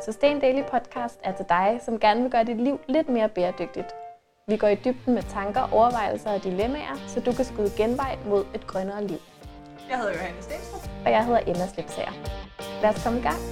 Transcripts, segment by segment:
Sustain Daily Podcast er til dig, som gerne vil gøre dit liv lidt mere bæredygtigt. Vi går i dybden med tanker, overvejelser og dilemmaer, så du kan skyde genvej mod et grønnere liv. Jeg hedder Johanne Stenstrup. Og jeg hedder Emma Slipsager. Lad os komme i gang.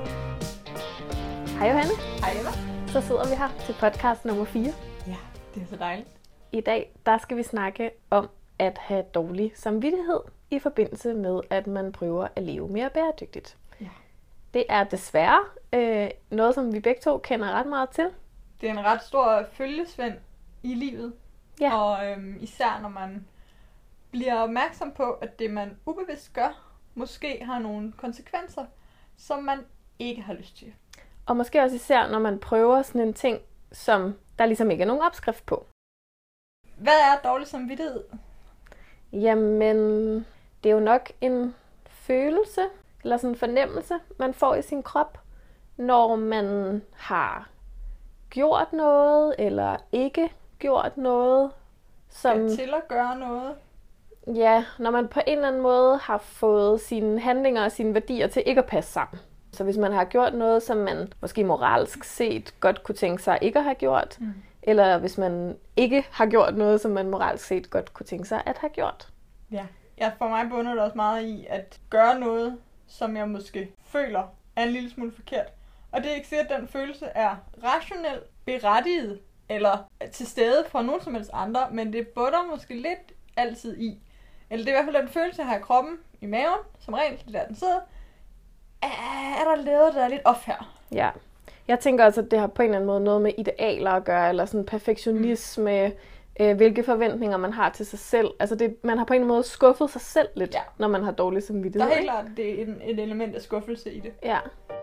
Hej Johanne. Hej Emma. Så sidder vi her til podcast nummer 4. Ja, det er så dejligt. I dag der skal vi snakke om at have dårlig samvittighed i forbindelse med, at man prøver at leve mere bæredygtigt. Ja. Det er desværre noget, som vi begge to kender ret meget til. Det er en ret stor følgesvend i livet. Ja. Og især når man bliver opmærksom på, at det man ubevidst gør, måske har nogle konsekvenser, som man ikke har lyst til. Og måske også især, når man prøver sådan en ting, som der ligesom ikke er nogen opskrift på. Hvad er dårlig samvittighed? Jamen, det er jo nok en følelse, eller sådan en fornemmelse, man får i sin krop, når man har gjort noget, eller ikke gjort noget. Som til at gøre noget? Ja, når man på en eller anden måde har fået sine handlinger og sine værdier til ikke at passe sammen. Så hvis man har gjort noget, som man måske moralsk set godt kunne tænke sig ikke at have gjort, eller hvis man ikke har gjort noget, som man moralsk set godt kunne tænke sig at have gjort. Ja, for mig bunder det også meget i at gøre noget, som jeg måske føler er en lille smule forkert. Og det er ikke sikkert, at den følelse er rationelt berettiget eller til stede for nogen som helst andre, men det bunder måske lidt altid i. Eller det er i hvert fald den følelse, jeg har i kroppen, i maven, som regel, det der den sidder. Er der lavet der lidt off her? Ja. Jeg tænker også, at det har på en eller anden måde noget med idealer at gøre, eller sådan perfektionisme, hvilke forventninger man har til sig selv. Altså man har på en eller anden måde skuffet sig selv lidt, når man har dårlig samvittighed. Der er helt klart, det er et element af skuffelse i det. Ja.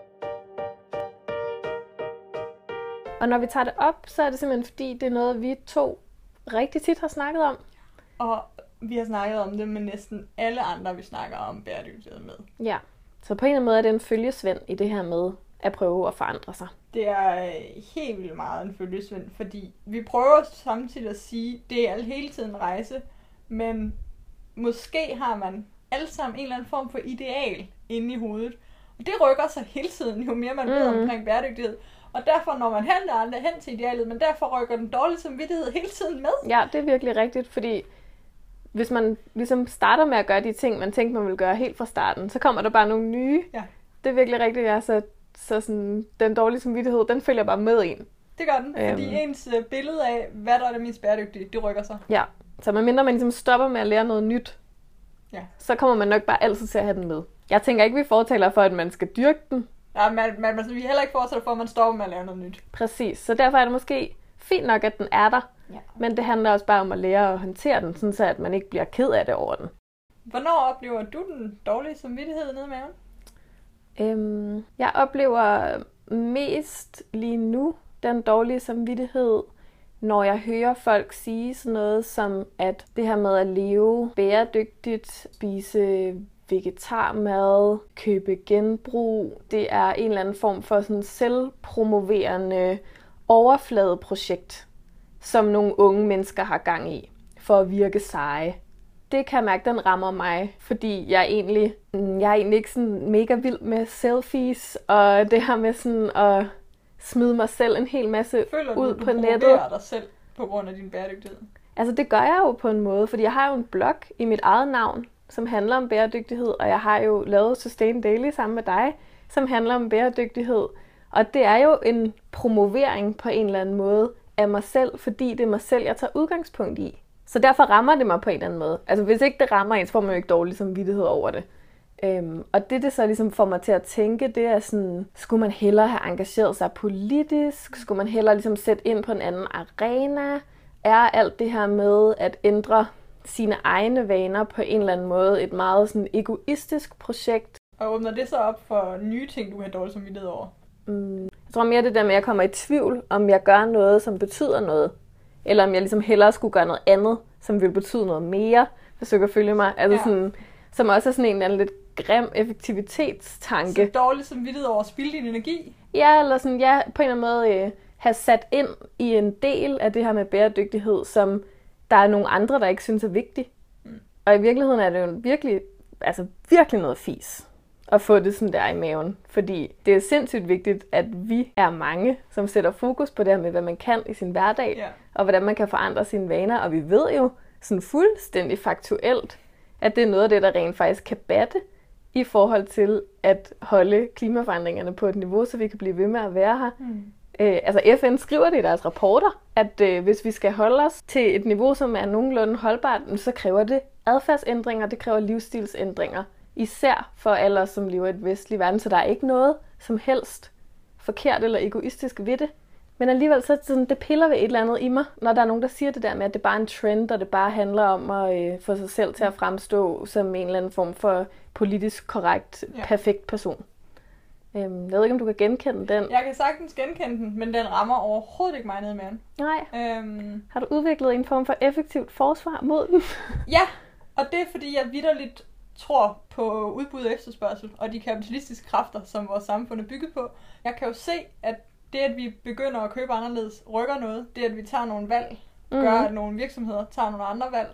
Og når vi tager det op, så er det simpelthen fordi, det er noget, vi to rigtig tit har snakket om. Og vi har snakket om det med næsten alle andre, vi snakker om bæredygtighed med. Ja, så på en eller anden måde er det en følgesvend i det her med at prøve at forandre sig. Det er helt vildt meget en følgesvend, fordi vi prøver samtidig at sige, det er hele tiden en rejse, men måske har man alle sammen en eller anden form for ideal inde i hovedet. Og det rykker sig hele tiden, jo mere man ved omkring bæredygtighed. Og derfor når man aldrig hen til idealet, men derfor rykker den dårlige samvittighed hele tiden med. Ja, det er virkelig rigtigt, fordi hvis man ligesom starter med at gøre de ting, man tænkte, man ville gøre helt fra starten, så kommer der bare nogle nye. Ja. Det er virkelig rigtigt, ja, så sådan, den dårlige samvittighed, den følger bare med en. Det gør den, fordi ens billede af, hvad der er det mest bæredygtige, det rykker sig. Ja, så medmindre man ligesom stopper med at lære noget nyt, så kommer man nok bare altid til at have den med. Jeg tænker ikke, vi fortæller for, at man skal dyrke den. Ja, vi heller ikke fortæller for, at man stopper med at lære noget nyt. Præcis, så derfor er det måske fint nok, at den er der. Ja. Men det handler også bare om at lære at håndtere den, sådan så at man ikke bliver ked af det over den. Hvornår oplever du den dårlige samvittighed nede i maven? Jeg oplever mest lige nu den dårlige samvittighed, når jeg hører folk sige sådan noget som, at det her med at leve bæredygtigt, spise vegetarmad, købe genbrug, det er en eller anden form for sådan selvpromoverende overfladeprojekt, som nogle unge mennesker har gang i, for at virke seje. Det kan jeg mærke, den rammer mig, fordi jeg er egentlig ikke sådan mega vild med selfies, og det her med sådan at smide mig selv en hel masse ud på nettet. Føler du dig selv på grund af din bæredygtighed? Altså det gør jeg jo på en måde, fordi jeg har jo en blog i mit eget navn, som handler om bæredygtighed, og jeg har jo lavet Sustain Daily sammen med dig, som handler om bæredygtighed. Og det er jo en promovering på en eller anden måde af mig selv, fordi det er mig selv, jeg tager udgangspunkt i. Så derfor rammer det mig på en eller anden måde. Altså hvis ikke det rammer en, så får man jo ikke dårlig samvittighed over det. Og det så ligesom får mig til at tænke, det er sådan, skulle man hellere have engageret sig politisk? Skulle man hellere ligesom sætte ind på en anden arena? Er alt det her med at ændre sine egne vaner på en eller anden måde et meget sådan egoistisk projekt? Og åbner det så op for nye ting, du har dårlig samvittighed over? Jeg tror mere det der med, at jeg kommer i tvivl, om jeg gør noget, som betyder noget. Eller om jeg ligesom hellere skulle gøre noget andet, som vil betyde noget mere, hvis du kan følge mig. Altså sådan, som også er sådan en eller anden lidt grim effektivitetstanke. Så dårlig samvittighed over at spilde din energi? Ja, eller sådan, på en eller anden måde have sat ind i en del af det her med bæredygtighed, som der er nogle andre, der ikke synes er vigtigt. Og i virkeligheden er det jo virkelig noget fis at få det sådan der i maven. Fordi det er sindssygt vigtigt, at vi er mange, som sætter fokus på det her med, hvad man kan i sin hverdag, og hvordan man kan forandre sine vaner. Og vi ved jo sådan fuldstændig faktuelt, at det er noget af det, der rent faktisk kan batte i forhold til at holde klimaforandringerne på et niveau, så vi kan blive ved med at være her. Altså FN skriver det i deres rapporter, at hvis vi skal holde os til et niveau, som er nogenlunde holdbart, så kræver det adfærdsændringer, det kræver livsstilsændringer. Især for alle os, som lever i et vestlig verden, så der er ikke noget som helst forkert eller egoistisk ved det. Men alligevel så sådan, det piller ved et eller andet i mig, når der er nogen, der siger det der med, at det bare er en trend, og det bare handler om at få sig selv til at fremstå som en eller anden form for politisk korrekt, perfekt person. Jeg ved ikke, om du kan genkende den. Jeg kan sagtens genkende den, men den rammer overhovedet ikke mig ned i maven. Nej. Har du udviklet en form for effektivt forsvar mod den? Ja, og det er fordi, jeg vitterligt tror på udbud og efterspørgsel, og de kapitalistiske kræfter, som vores samfund er bygget på. Jeg kan jo se, at det, at vi begynder at købe anderledes, rykker noget. Det, at vi tager nogle valg, gør, at nogle virksomheder tager nogle andre valg,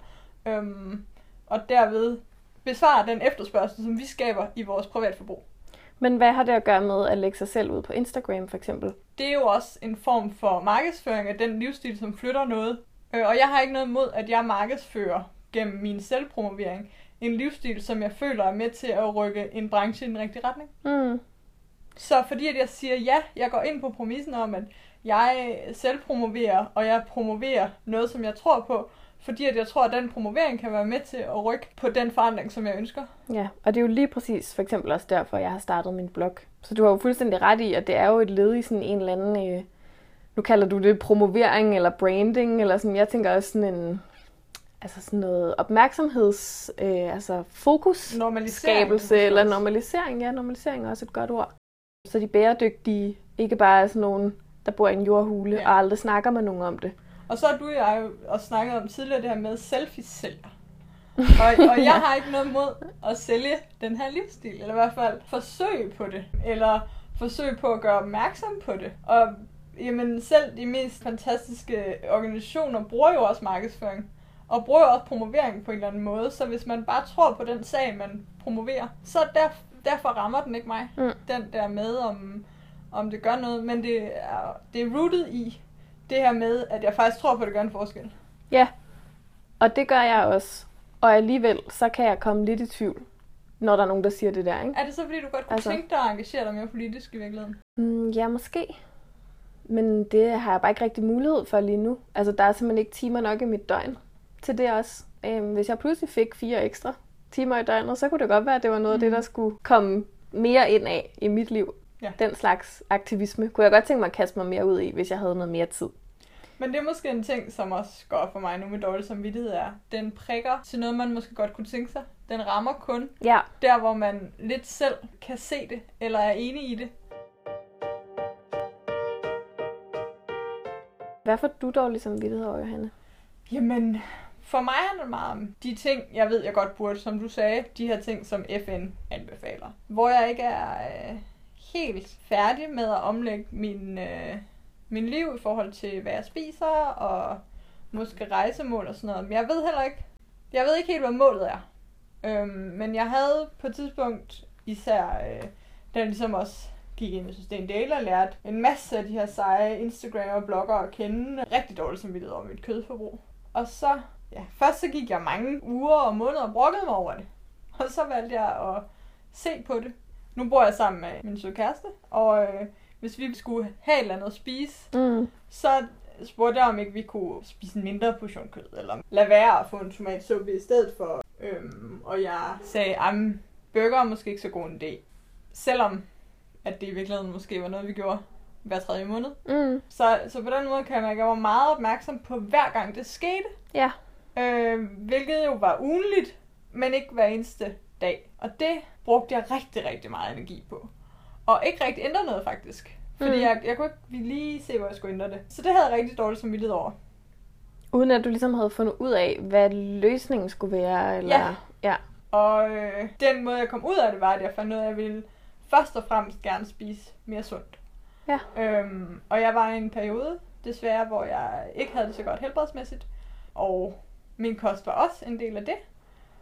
og derved besvarer den efterspørgsel, som vi skaber i vores privatforbrug. Men hvad har det at gøre med at lægge sig selv ud på Instagram, for eksempel? Det er jo også en form for markedsføring af den livsstil, som flytter noget. Og jeg har ikke noget imod, at jeg markedsfører gennem min selvpromovering en livsstil, som jeg føler er med til at rykke en branche i den rigtige retning. Så fordi at jeg siger ja, jeg går ind på præmissen om, at jeg selvpromoverer, og jeg promoverer noget, som jeg tror på, fordi at jeg tror, at den promovering kan være med til at rykke på den forandring, som jeg ønsker. Ja, og det er jo lige præcis for eksempel også derfor, jeg har startet min blog. Så du har jo fuldstændig ret i, at det er jo et led i sådan en eller anden, nu kalder du det promovering eller branding, eller sådan, jeg tænker også sådan en, altså sådan noget opmærksomheds, altså fokusskabelse eller normalisering. Ja, normalisering er også et godt ord. Så de bæredygtige ikke bare er sådan nogen, der bor i en jordhule og aldrig snakker med nogen om det. Og så har du og jeg jo også snakket om tidligere det her med selfie-sælger. Og jeg har ikke noget imod at sælge den her livsstil, eller i hvert fald forsøge på det, eller forsøge på at gøre opmærksom på det. Og jamen, selv de mest fantastiske organisationer bruger jo også markedsføring, og bruger også promovering på en eller anden måde. Så hvis man bare tror på den sag, man promoverer, så derfor rammer den ikke mig. Den der med, om det gør noget. Men det er rooted i det her med, at jeg faktisk tror på, at det gør en forskel. Ja, og det gør jeg også. Og alligevel, så kan jeg komme lidt i tvivl, når der er nogen, der siger det der, ikke? Er det så, fordi du godt kunne tænke dig at engagere dig mere politisk i virkeligheden? Ja, måske. Men det har jeg bare ikke rigtig mulighed for lige nu. Altså, der er simpelthen ikke timer nok i mit døgn til det også. Hvis jeg pludselig fik 4 ekstra timer i døgnet, så kunne det godt være, at det var noget af det, der skulle komme mere ind af i mit liv. Ja. Den slags aktivisme kunne jeg godt tænke mig at kaste mig mere ud i, hvis jeg havde noget mere tid. Men det er måske en ting, som også går for mig nu med dårlig samvittighed er, den prikker til noget, man måske godt kunne tænke sig. Den rammer kun der, hvor man lidt selv kan se det, eller er enig i det. Hvad får du dårlig samvittighed over, Johanne? Jamen, for mig handler det meget om de ting, jeg ved, jeg godt burde, som du sagde, de her ting, som FN anbefaler. Hvor jeg ikke er helt færdig med at omlægge min liv i forhold til, hvad jeg spiser, og måske rejsemål og sådan noget. Men jeg ved ikke helt, hvad målet er. Men jeg havde på et tidspunkt, især da jeg ligesom også gik ind i Sustain Daily og lærte en masse af de her seje Instagram og blogger at kende. Rigtig dårligt samvittighed over mit kødforbrug. Og så, først så gik jeg mange uger og måneder og brokkede mig over det. Og så valgte jeg at se på det. Nu bor jeg sammen med min søde kæreste, og hvis vi skulle have et eller andet at spise, så spurgte jeg, om ikke vi kunne spise en mindre portion kød, eller lade være at få en tomatsuppe i stedet for. Og jeg sagde, at burger er måske ikke så god en idé. Selvom at det i virkeligheden måske var noget, vi gjorde hver 3. måned. Så på den måde kan jeg mærke, at jeg var meget opmærksom på, hver gang det skete. Ja. Hvilket jo var ugenligt, men ikke hver eneste dag. Og det brugte jeg rigtig, rigtig meget energi på. Og ikke rigtig ændre noget, faktisk. Fordi jeg kunne ikke lige se, hvor jeg skulle ændre det. Så det havde jeg rigtig dårligt samvittighed over. Uden at du ligesom havde fundet ud af, hvad løsningen skulle være? Eller? Ja. Og den måde, jeg kom ud af det, var, at jeg fandt ud af, at jeg ville først og fremmest gerne spise mere sundt. Ja. Og jeg var i en periode, desværre, hvor jeg ikke havde det så godt helbredsmæssigt. Og min kost var også en del af det.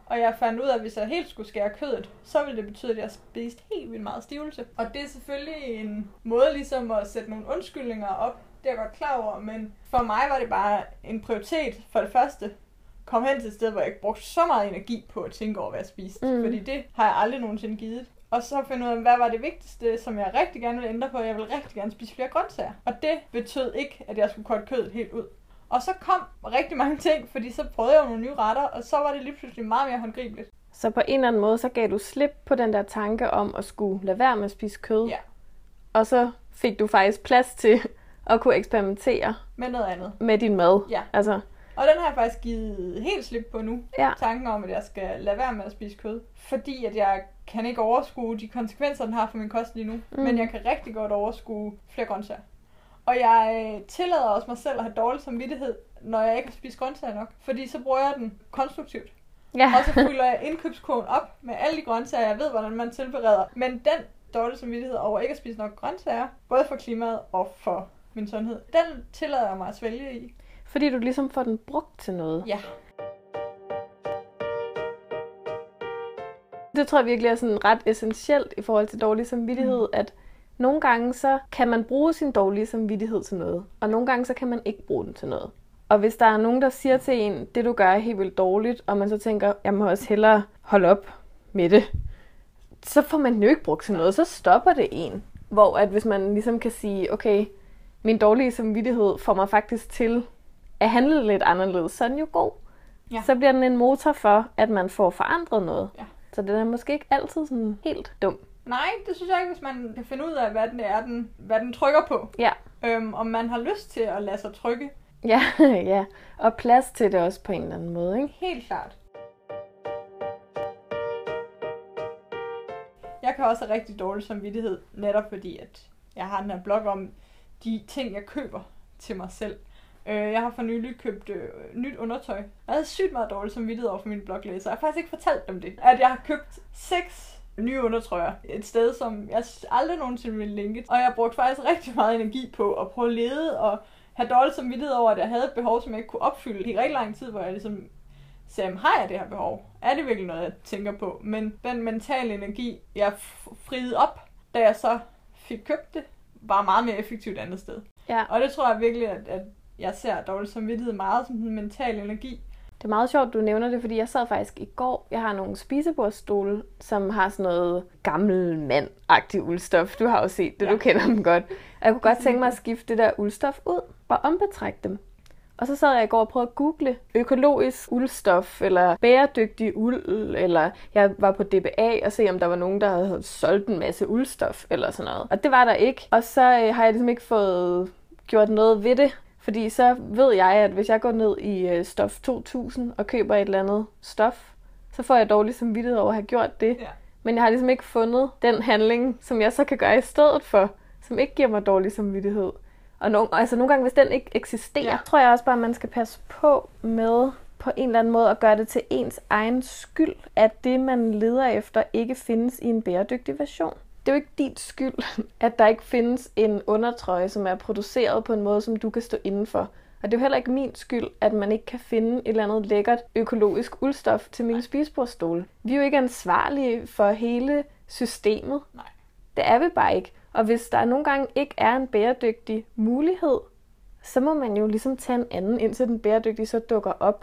Og jeg fandt ud af, at hvis jeg helt skulle skære kødet, så ville det betyde, at jeg spiste helt vildt meget stivelse. Og det er selvfølgelig en måde ligesom at sætte nogle undskyldninger op. Det er jeg godt klar over, men for mig var det bare en prioritet for det første. Kom hen til et sted, hvor jeg ikke brugte så meget energi på at tænke over, hvad jeg spiste. Fordi det har jeg aldrig nogensinde givet. Og så finde ud af, hvad var det vigtigste, som jeg rigtig gerne ville ændre på. Jeg ville rigtig gerne spise flere grøntsager. Og det betød ikke, at jeg skulle korte kødet helt ud. Og så kom rigtig mange ting, fordi så prøvede jeg nogle nye retter, og så var det lige pludselig meget mere håndgribeligt. Så på en eller anden måde, så gav du slip på den der tanke om at skulle lade være med at spise kød. Ja. Og så fik du faktisk plads til at kunne eksperimentere med noget andet. Med din mad. Ja. Altså. Og den har jeg faktisk givet helt slip på nu. Ja. Tanken om, at jeg skal lade være med at spise kød. Fordi at jeg kan ikke overskue de konsekvenser, den har for min kost lige nu. Men jeg kan rigtig godt overskue flere grøntsager. Og jeg tillader også mig selv at have dårlig samvittighed, når jeg ikke har spist grøntsager nok. Fordi så bruger jeg den konstruktivt. Ja. Og så fylder jeg indkøbskurven op med alle de grøntsager, jeg ved, hvordan man tilbereder. Men den dårlige samvittighed over ikke at spise nok grøntsager, både for klimaet og for min sundhed, den tillader jeg mig at svælge i. Fordi du ligesom får den brugt til noget. Ja. Det tror jeg virkelig er sådan ret essentielt i forhold til dårlig samvittighed, at nogle gange så kan man bruge sin dårlige samvittighed til noget, og nogle gange så kan man ikke bruge den til noget. Og hvis der er nogen, der siger til en, det du gør er helt vildt dårligt, og man så tænker, jeg må også hellere holde op med det, så får man den jo ikke brugt til noget, så stopper det en. Hvor at hvis man ligesom kan sige, okay, min dårlige samvittighed får mig faktisk til at handle lidt anderledes, så er den jo god. Ja. Så bliver den en motor for, at man får forandret noget. Ja. Så den er måske ikke altid sådan helt dum. Nej, det synes jeg ikke, hvis man kan finde ud af, hvad den trykker på. Ja. Om man har lyst til at lade sig trykke. Ja, ja. Og plads til det også på en eller anden måde, ikke? Helt klart. Jeg kan også have rigtig dårlig samvittighed, netop fordi, at jeg har den her blog om de ting, jeg køber til mig selv. Jeg har for nylig købt nyt undertøj. Jeg havde sygt meget dårlig samvittighed over for mine bloglæsere. Jeg har faktisk ikke fortalt dem det. At jeg har købt 6 nye undertrøjer et sted, som jeg aldrig nogensinde ville linke. Og jeg brugte faktisk rigtig meget energi på at prøve at lede og have dårlig samvittighed over, at jeg havde et behov, som jeg ikke kunne opfylde i rigtig lang tid, hvor jeg ligesom sagde, har jeg det her behov? Er det virkelig noget, jeg tænker på? Men den mentale energi, jeg friede op, da jeg så fik købt det, var meget mere effektivt andet sted. Ja. Og det tror jeg virkelig, at jeg ser dårlig samvittighed meget som en mental energi. Det er meget sjovt, du nævner det, fordi jeg sad faktisk i går. Jeg har nogle spisebordstole, som har sådan noget gammel mand-agtigt uldstof. Du har jo set det, ja. Du kender dem godt. Og jeg kunne godt tænke mig at skifte det der uldstof ud og ombetrække dem. Og så sad jeg i går og prøvede at google økologisk uldstof, eller bæredygtig uld, eller jeg var på DBA og se, om der var nogen, der havde solgt en masse uldstof, eller sådan noget. Og det var der ikke. Og så har jeg ligesom ikke fået gjort noget ved det. Fordi så ved jeg, at hvis jeg går ned i Stof 2000 og køber et eller andet stof, så får jeg dårlig samvittighed over at have gjort det. Ja. Men jeg har ligesom ikke fundet den handling, som jeg så kan gøre i stedet for, som ikke giver mig dårlig samvittighed. Og nogle gange, hvis den ikke eksisterer, tror jeg også bare, at man skal passe på med på en eller anden måde at gøre det til ens egen skyld, at det, man leder efter, ikke findes i en bæredygtig version. Det er jo ikke din skyld, at der ikke findes en undertrøje, som er produceret på en måde, som du kan stå indenfor. Og det er jo heller ikke min skyld, at man ikke kan finde et eller andet lækkert økologisk uldstof til min spisebordstol. Vi er jo ikke ansvarlige for hele systemet. Nej. Det er vi bare ikke. Og hvis der nogle gange ikke er en bæredygtig mulighed, så må man jo ligesom tage en anden, indtil den bæredygtige så dukker op.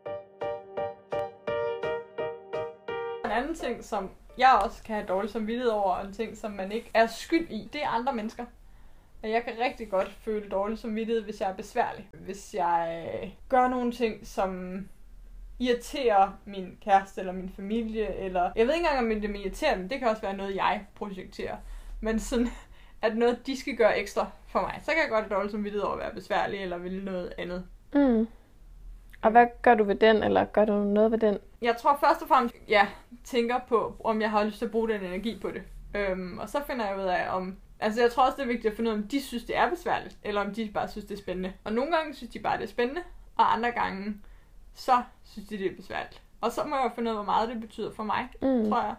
En anden ting, som jeg også kan have dårlig samvittighed over, og en ting, som man ikke er skyld i, det er andre mennesker. Jeg kan rigtig godt føle dårlig samvittighed, hvis jeg er besværlig. Hvis jeg gør nogle ting, som irriterer min kæreste eller min familie, eller jeg ved ikke engang, om det irriterer dem. Det kan også være noget, jeg projekterer. Men sådan, at noget, de skal gøre ekstra for mig, så kan jeg godt have dårlig samvittighed over at være besværlig, eller ville noget andet. Mm. Og hvad gør du ved den, eller gør du noget ved den? Jeg tror først og fremmest, jeg tænker på, om jeg har lyst til at bruge den energi på det. Og så finder jeg ud af, om... Altså, jeg tror også, det er vigtigt at finde ud af, om de synes, det er besværligt, eller om de bare synes, det er spændende. Og nogle gange synes de bare, det er spændende, og andre gange, så synes de, det er besværligt. Og så må jeg jo finde ud af, hvor meget det betyder for mig, tror jeg.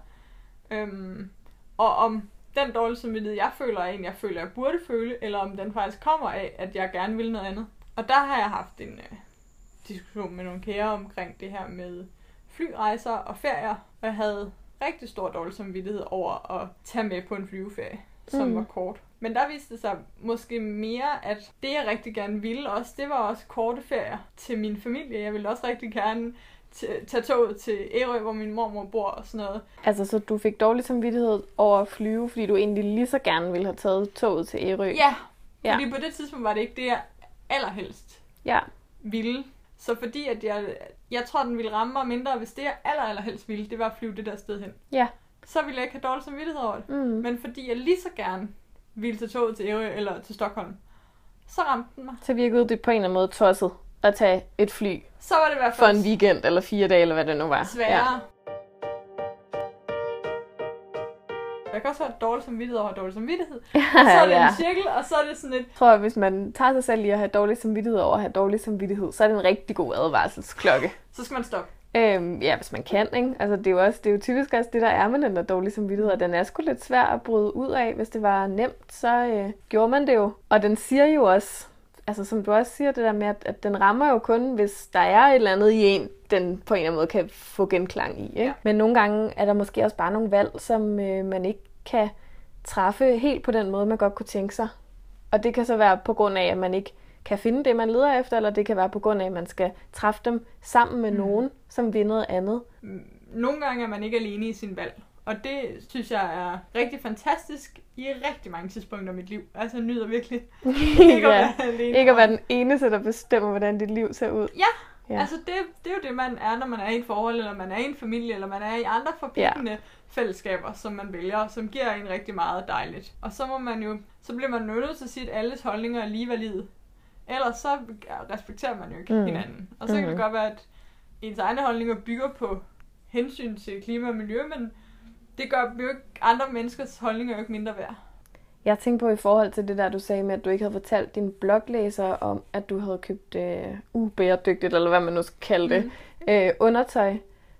Og om den dårlige samvittighed, jeg føler, jeg burde føle, eller om den faktisk kommer af, at jeg gerne vil noget andet. Og der har jeg haft en diskussion med nogle kære omkring det her med flyrejser og ferier, og jeg havde rigtig stor dårlig samvittighed over at tage med på en flyveferie, som var kort. Men der viste det sig måske mere, at det jeg rigtig gerne ville også, det var også korte ferier til min familie. Jeg ville også rigtig gerne tage toget til Ærø, hvor min mormor bor og sådan noget. Altså, så du fik dårlig samvittighed over at flyve, fordi du egentlig lige så gerne ville have taget toget til Ærø? Ja, fordi på det tidspunkt var det ikke det, jeg allerhelst ville. Så fordi at jeg tror, den ville ramme mig mindre, hvis det jeg allerhelst ville, det var at flyve det der sted hen. Ja. Så ville jeg ikke have dårlig samvittighed over det. Men fordi jeg lige så gerne ville tage toget til Ærø eller til Stockholm, så ramte den mig. Så virkede det på en eller anden måde tosset at tage et fly så var det i hvert fald for en weekend eller 4 dage, eller hvad det nu var. Sværere. Jeg kan også have dårlig samvittighed over dårlig samvittighed. Og så er det en cirkel, og så er det sådan et... Jeg tror, at hvis man tager sig selv i at have dårlig samvittighed over at have dårlig samvittighed, så er det en rigtig god advarselsklokke. Så skal man stoppe. Ja, hvis man kan, ikke? Altså, det er jo typisk også det, der er med den der dårlige samvittighed, og den er sgu lidt svær at bryde ud af. Hvis det var nemt, så gjorde man det jo. Og den siger jo også, altså som du også siger, det der med, at den rammer jo kun, hvis der er et eller andet i en, den på en eller anden måde kan få genklang i. Ikke? Ja. Men nogle gange er der måske også bare nogle valg, som man ikke kan træffe helt på den måde, man godt kunne tænke sig. Og det kan så være på grund af, at man ikke kan finde det, man leder efter, eller det kan være på grund af, at man skal træffe dem sammen med nogen, som vil noget andet. Nogle gange er man ikke alene i sin valg. Og det synes jeg er rigtig fantastisk i rigtig mange tidspunkter af mit liv. Altså, jeg nyder virkelig ikke at være alene. Ikke at være den eneste, der bestemmer, hvordan dit liv ser ud. Ja. Altså det er jo det, man er, når man er i et forhold, eller man er i en familie, eller man er i andre forpligtende fællesskaber, som man vælger, som giver en rigtig meget dejligt. Og så bliver man nødt til at sige, at alles holdninger er lige valide. Ellers så respekterer man jo ikke hinanden. Og så kan det godt være, at ens egne holdninger bygger på hensyn til klima og miljø, men det gør jo ikke andre menneskers holdninger jo ikke mindre værd. Jeg tænkte på i forhold til det der, du sagde med, at du ikke havde fortalt dine bloglæsere om, at du havde købt ubæredygtigt, eller hvad man nu skal kalde det, undertøj.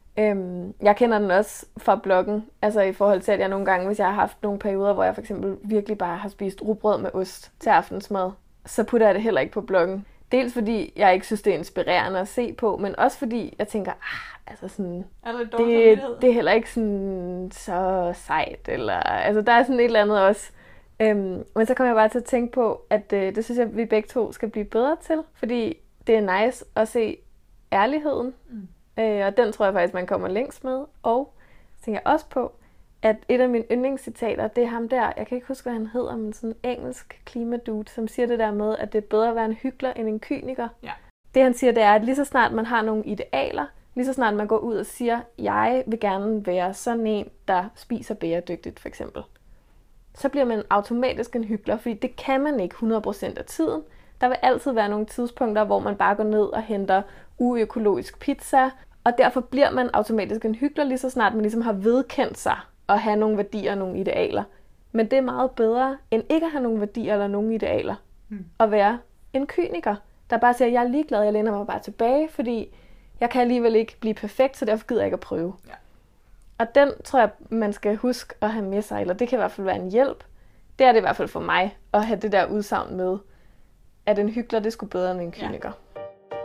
Jeg kender den også fra bloggen, altså i forhold til, at jeg nogle gange, hvis jeg har haft nogle perioder, hvor jeg for eksempel virkelig bare har spist rugbrød med ost til aftensmad, så putter jeg det heller ikke på bloggen. Dels fordi jeg ikke synes, det er inspirerende at se på, men også fordi jeg tænker, altså sådan, det er heller ikke sådan så sejt, eller altså der er sådan et eller andet også. Men så kommer jeg bare til at tænke på, at det synes jeg, at vi begge to skal blive bedre til, fordi det er nice at se ærligheden, og den tror jeg faktisk, man kommer længst med. Og så tænker jeg også på, at et af mine yndlingscitater, det er ham der, jeg kan ikke huske, hvad han hedder, men sådan en engelsk klimadude, som siger det der med, at det er bedre at være en hykler end en kyniker. Ja. Det han siger, det er, at lige så snart man har nogle idealer, lige så snart man går ud og siger, jeg vil gerne være sådan en, der spiser bæredygtigt, for eksempel, så bliver man automatisk en hykler, fordi det kan man ikke 100% af tiden. Der vil altid være nogle tidspunkter, hvor man bare går ned og henter uøkologisk pizza, og derfor bliver man automatisk en hykler, lige så snart man ligesom har vedkendt sig at have nogle værdier og nogle idealer. Men det er meget bedre, end ikke at have nogle værdier eller nogle idealer. At være en kyniker, der bare siger, jeg er ligeglad, jeg læner mig bare tilbage, fordi jeg kan alligevel ikke blive perfekt, så derfor gider jeg ikke at prøve. Ja. Og den tror jeg, man skal huske at have med sig, eller det kan i hvert fald være en hjælp. Det er det i hvert fald for mig, at have det der udsagn med, at en hykler, det er sgu bedre end en kyniker. Ja.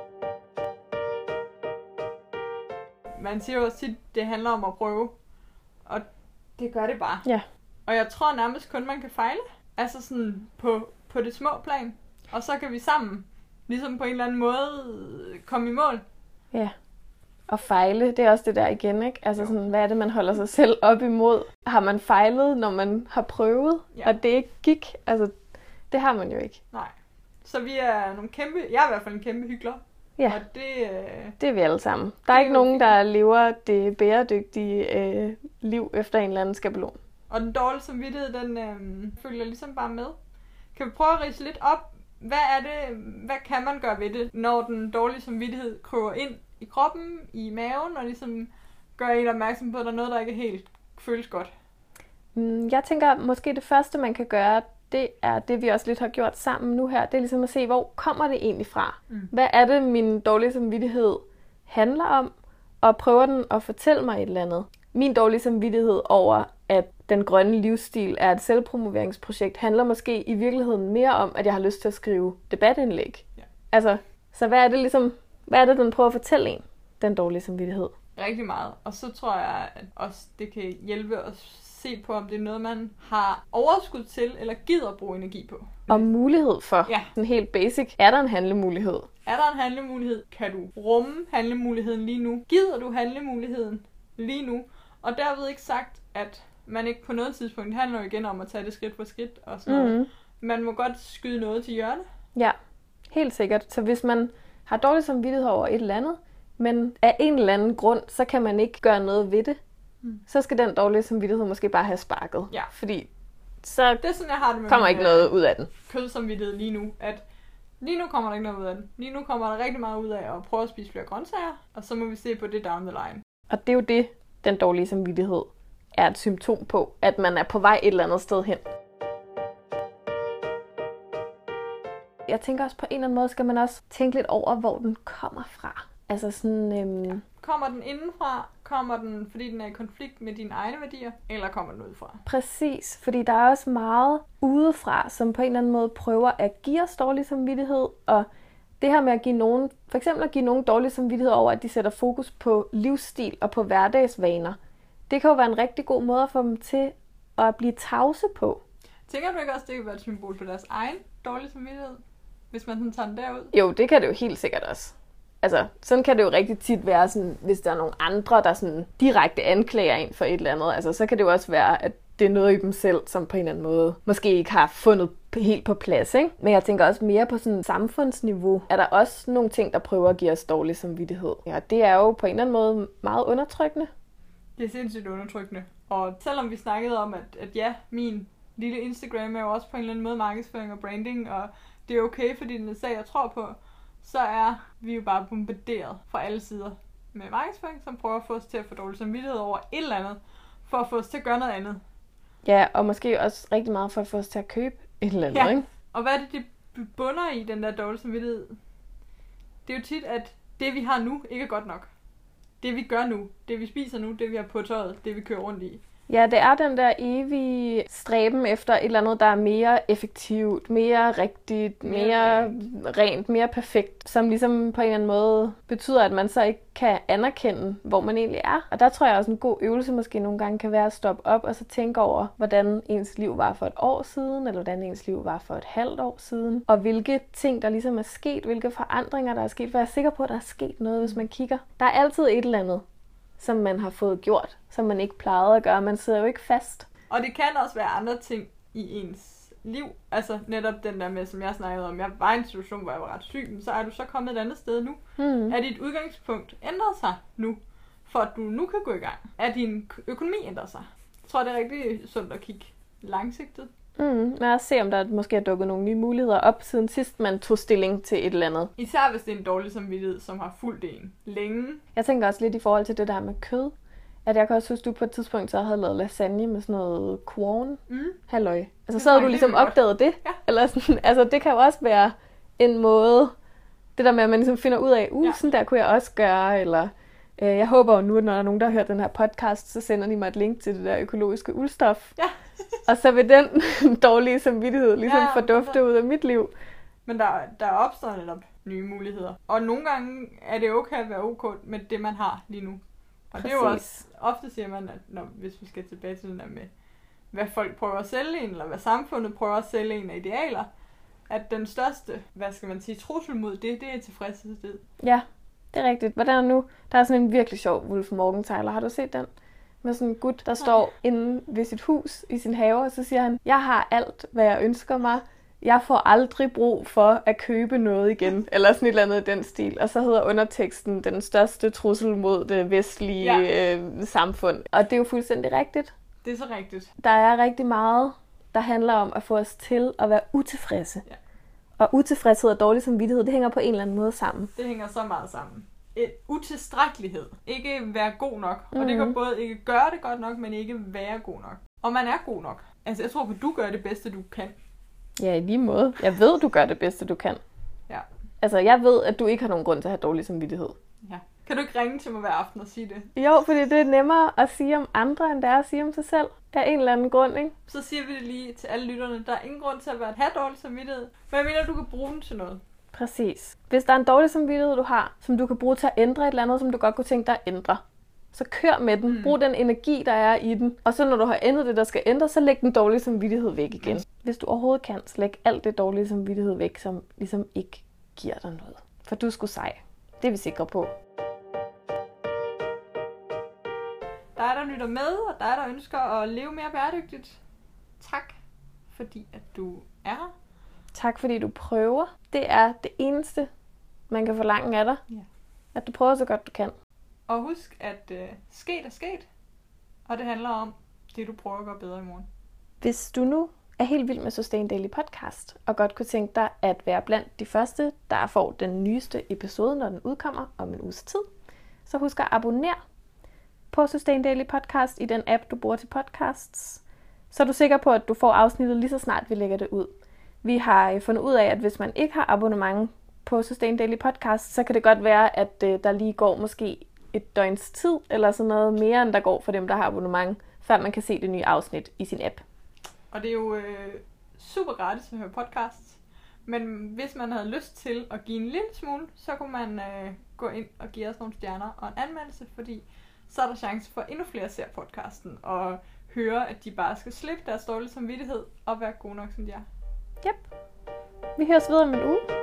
Man siger jo også tit, det handler om at prøve, og det gør det bare. Ja. Og jeg tror nærmest kun, man kan fejle. Altså sådan på det små plan. Og så kan vi sammen, ligesom på en eller anden måde, komme i mål. Ja. Og fejle, det er også det der igen, ikke? Altså sådan, hvad er det, man holder sig selv op imod? Har man fejlet, når man har prøvet, og det ikke gik? Altså, det har man jo ikke. Nej. Så vi er nogle kæmpe, jeg er i hvert fald en kæmpe hykler. Ja, og det er vi alle sammen. Der er ikke nogen, der lever det bæredygtige liv efter en eller anden skabelon. Og den dårlige samvittighed, den følger ligesom bare med. Kan vi prøve at ridse lidt op? Hvad kan man gøre ved det, når den dårlige samvittighed kryber ind i kroppen, i maven, og ligesom gør en opmærksom på, at der er noget, der ikke helt føles godt? Jeg tænker, måske det første, man kan gøre, det er det, vi også lidt har gjort sammen nu her. Det er ligesom at se, hvor kommer det egentlig fra? Hvad er det, min dårlige samvittighed handler om? Og prøver den at fortælle mig et eller andet? Min dårlige samvittighed over, at den grønne livsstil er et selvpromoveringsprojekt, handler måske i virkeligheden mere om, at jeg har lyst til at skrive debatindlæg. Ja. Altså, så hvad er det, den prøver at fortælle en, den dårlige samvittighed? rigtig meget. Og så tror jeg, at også det kan hjælpe at se på, om det er noget, man har overskud til, eller gider bruge energi på. Og mulighed for. Ja. Sådan helt basic. Er der en handlemulighed? Er der en handlemulighed? Kan du rumme handlemuligheden lige nu? Gider du handlemuligheden lige nu? Og derved ikke sagt, at man ikke på noget tidspunkt handler igen om at tage det skridt for skridt og sådan noget. Man må godt skyde noget til hjørne. Ja, helt sikkert. Så hvis man har dårlig samvittighed over et eller andet, men af en eller anden grund, så kan man ikke gøre noget ved det, så skal den dårlige samvittighed måske bare have sparket. Ja. Fordi så det er sådan, jeg har det med kommer ikke noget ud af den. Kødsamvittighed lige nu, at lige nu kommer der ikke noget ud af den. Lige nu kommer der rigtig meget ud af at prøve at spise flere grøntsager, og så må vi se på det down the line. Og det er jo det, den dårlige samvittighed er et symptom på, at man er på vej et eller andet sted hen. Jeg tænker også på en eller anden måde, skal man også tænke lidt over, hvor den kommer fra. Altså sådan... Kommer den indenfra? Kommer den, fordi den er i konflikt med dine egne værdier? Eller kommer den udefra? Præcis, fordi der er også meget udefra, som på en eller anden måde prøver at give os dårlig samvittighed. Og det her med at give nogen, for eksempel at give nogen dårlig samvittighed over, at de sætter fokus på livsstil og på hverdagsvaner. Det kan jo være en rigtig god måde at få dem til at blive tavse på. Tænker du ikke også, det kan være et symbol på deres egen dårlige samvittighed? Hvis man sådan tager den derud? Jo, det kan det jo helt sikkert også. Altså, sådan kan det jo rigtig tit være, sådan, hvis der er nogle andre, der sådan direkte anklager en for et eller andet. Altså, så kan det jo også være, at det er noget i dem selv, som på en eller anden måde måske ikke har fundet helt på plads, ikke? Men jeg tænker også mere på sådan samfundsniveau. Er der også nogle ting, der prøver at give os dårlig samvittighed? Ja, det er jo på en eller anden måde meget undertrykkende. Det er sindssygt undertrykkende. Og selvom vi snakkede om, at ja, min lille Instagram er jo også på en eller anden måde markedsføring og branding, og det er okay, fordi den er sag, jeg tror på, så er vi jo bare bombarderet fra alle sider med markedsføring, som prøver at få os til at få dårlig samvittighed over et eller andet, for at få os til at gøre noget andet. Ja, og måske også rigtig meget for at få os til at købe et eller andet, ikke? Og hvad er det bunder i, den der dårlige samvittighed? Det er jo tit, at det vi har nu ikke er godt nok. Det vi gør nu, det vi spiser nu, det vi har på tøjet, det vi kører rundt i. Ja, det er den der evige stræben efter et eller andet, der er mere effektivt, mere rigtigt, mere rent, mere perfekt, som ligesom på en eller anden måde betyder, at man så ikke kan anerkende, hvor man egentlig er. Og der tror jeg også en god øvelse måske nogle gange kan være at stoppe op og så tænke over, hvordan ens liv var for et år siden, eller hvordan ens liv var for et halvt år siden, og hvilke ting, der ligesom er sket, hvilke forandringer, der er sket. For jeg er sikker på, at der er sket noget, hvis man kigger. Der er altid et eller andet, som man har fået gjort, som man ikke plejede at gøre. Man sidder jo ikke fast. Og det kan også være andre ting i ens liv. Altså netop den der med, som jeg snakkede om, jeg var i en situation, hvor jeg var ret syg, men så er du så kommet et andet sted nu. Er dit udgangspunkt ændret sig nu, for at du nu kan gå i gang? Er din økonomi ændret sig? Jeg tror, det er rigtig sundt at kigge langsigtet. Lad os se, om der måske er dukket nogle nye muligheder op, siden sidst man tog stilling til et eller andet. Især hvis det er en dårlig samvittighed, som har fulgt en længe. Jeg tænker også lidt i forhold til det der med kød. At jeg kan også huske, du på et tidspunkt så havde lavet lasagne med sådan noget corn. Halløj. Altså så havde du ligesom opdaget det. Ja. Eller sådan, altså det kan jo også være en måde, det der med, at man ligesom finder ud af, sådan der kunne jeg også gøre, eller jeg håber jo nu, at når der er nogen, der har hørt den her podcast, så sender de mig et link til det der økologiske uldstof. Ja. Og så vil den dårlige samvittighed ligesom fordufte ud af mit liv. Men der opstår netop nye muligheder. Og nogle gange er det okay at være okay med det, man har lige nu. Og det er jo også, ofte siger man, at hvis vi skal tilbage til den der med, hvad folk prøver at sælge en, eller hvad samfundet prøver at sælge en af idealer, at den største, trussel mod det er tilfredshed. Ja, det er rigtigt. Hvordan nu? Der er sådan en virkelig sjov Wolf Morgenthaler. Har du set den? Med sådan en gut, der står inde ved sit hus i sin have, og så siger han, jeg har alt, hvad jeg ønsker mig. Jeg får aldrig brug for at købe noget igen. Eller sådan et eller andet i den stil. Og så hedder underteksten, den største trussel mod det vestlige samfund. Og det er jo fuldstændig rigtigt. Det er så rigtigt. Der er rigtig meget, der handler om at få os til at være utilfredse. Ja. Og utilfredshed og dårlig samvittighed, det hænger på en eller anden måde sammen. Det hænger så meget sammen. Utilstrækkelighed. Ikke være god nok. Og det kan både ikke gøre det godt nok, men ikke være god nok. Og man er god nok. Altså jeg tror på, at du gør det bedste, du kan. Ja, i lige måde. Jeg ved, du gør det bedste, du kan. Ja. Altså, jeg ved, at du ikke har nogen grund til at have dårlig samvittighed. Ja. Kan du ikke ringe til mig hver aften og sige det? Jo, fordi det er nemmere at sige om andre, end det er at sige om sig selv. Af en eller anden grund, ikke? Så siger vi det lige til alle lytterne. Der er ingen grund til at have dårlig samvittighed. Men jeg mener, du kan bruge den til noget. Præcis. Hvis der er en dårlig samvittighed, du har, som du kan bruge til at ændre et eller andet, som du godt kunne tænke dig at ændre, Så kør med den. Brug den energi, der er i den. Og så når du har ændret det, der skal ændres, så læg den dårlige samvittighed væk igen. Hvis du overhovedet kan, så læg alt det dårlige samvittighed væk, som ligesom ikke giver dig noget. For du er sgu sej. Det er vi sikre på. Dig, der lytter med, og dig, der ønsker at leve mere bæredygtigt. Tak, fordi at du er her. Tak, fordi du prøver. Det er det eneste, man kan forlange af dig. Ja. At du prøver så godt du kan. Og husk, at sket er sket. Og det handler om det, du prøver at gøre bedre i morgen. Hvis du nu er helt vild med Sustain Daily Podcast, og godt kunne tænke dig at være blandt de første, der får den nyeste episode, når den udkommer om en uges tid, så husk at abonnere på Sustain Daily Podcast i den app, du bruger til podcasts. Så er du sikker på, at du får afsnittet lige så snart vi lægger det ud. Vi har fundet ud af, at hvis man ikke har abonnement på Sustain Daily Podcast, så kan det godt være, at der lige går måske et døgns tid, eller sådan noget mere, end der går for dem, der har abonnement, før man kan se det nye afsnit i sin app. Og det er jo super gratis at høre podcasts. Men hvis man havde lyst til at give en lille smule, så kunne man gå ind og give os nogle stjerner og en anmeldelse, fordi så er der chance for endnu flere ser podcasten og høre, at de bare skal slippe deres dårlige samvittighed og være gode nok, som de er. Yep. Vi høres videre om en uge.